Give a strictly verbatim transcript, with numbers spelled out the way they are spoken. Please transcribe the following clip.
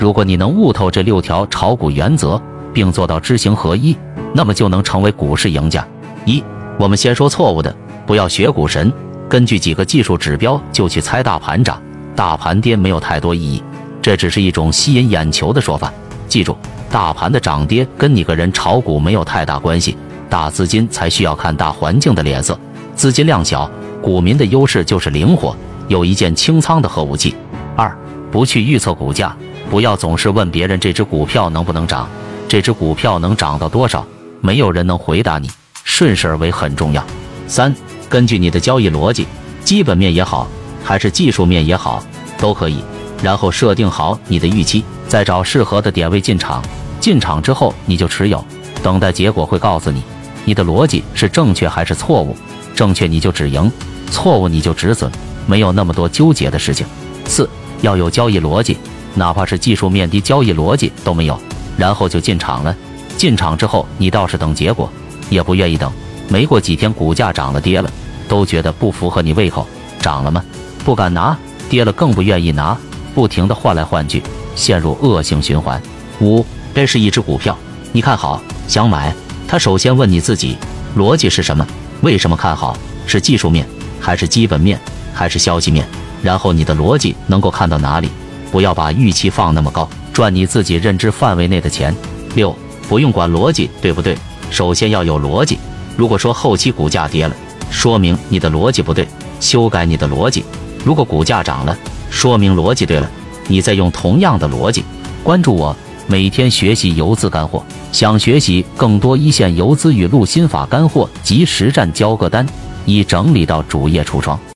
如果你能悟透这六条炒股原则，并做到知行合一，那么就能成为股市赢家。一，我们先说错误的，不要学股神，根据几个技术指标就去猜大盘涨、大盘跌没有太多意义，这只是一种吸引眼球的说法。记住，大盘的涨跌跟你个人炒股没有太大关系，大资金才需要看大环境的脸色。资金量小，股民的优势就是灵活，有一件清仓的核武器。二，不去预测股价，不要总是问别人这只股票能不能涨，这只股票能涨到多少，没有人能回答你，顺势而为很重要。三，根据你的交易逻辑，基本面也好，还是技术面也好，都可以，然后设定好你的预期，再找适合的点位进场，进场之后你就持有，等待结果会告诉你，你的逻辑是正确还是错误，正确你就止盈，错误你就止损，没有那么多纠结的事情。四，要有交易逻辑，哪怕是技术面低交易逻辑都没有，然后就进场了，进场之后你倒是等结果，也不愿意等，没过几天股价涨了跌了，都觉得不符合你胃口，涨了吗？不敢拿，跌了更不愿意拿，不停地换来换去，陷入恶性循环。五，这是一只股票，你看好想买，他首先问你自己逻辑是什么，为什么看好，是技术面还是基本面还是消息面，然后你的逻辑能够看到哪里，不要把预期放那么高，赚你自己认知范围内的钱。六，不用管逻辑对不对，首先要有逻辑，如果说后期股价跌了，说明你的逻辑不对，修改你的逻辑，如果股价涨了，说明逻辑对了，你再用同样的逻辑。关注我，每天学习游资干货，想学习更多一线游资语录心法干货及实战交个单，已整理到主页橱窗。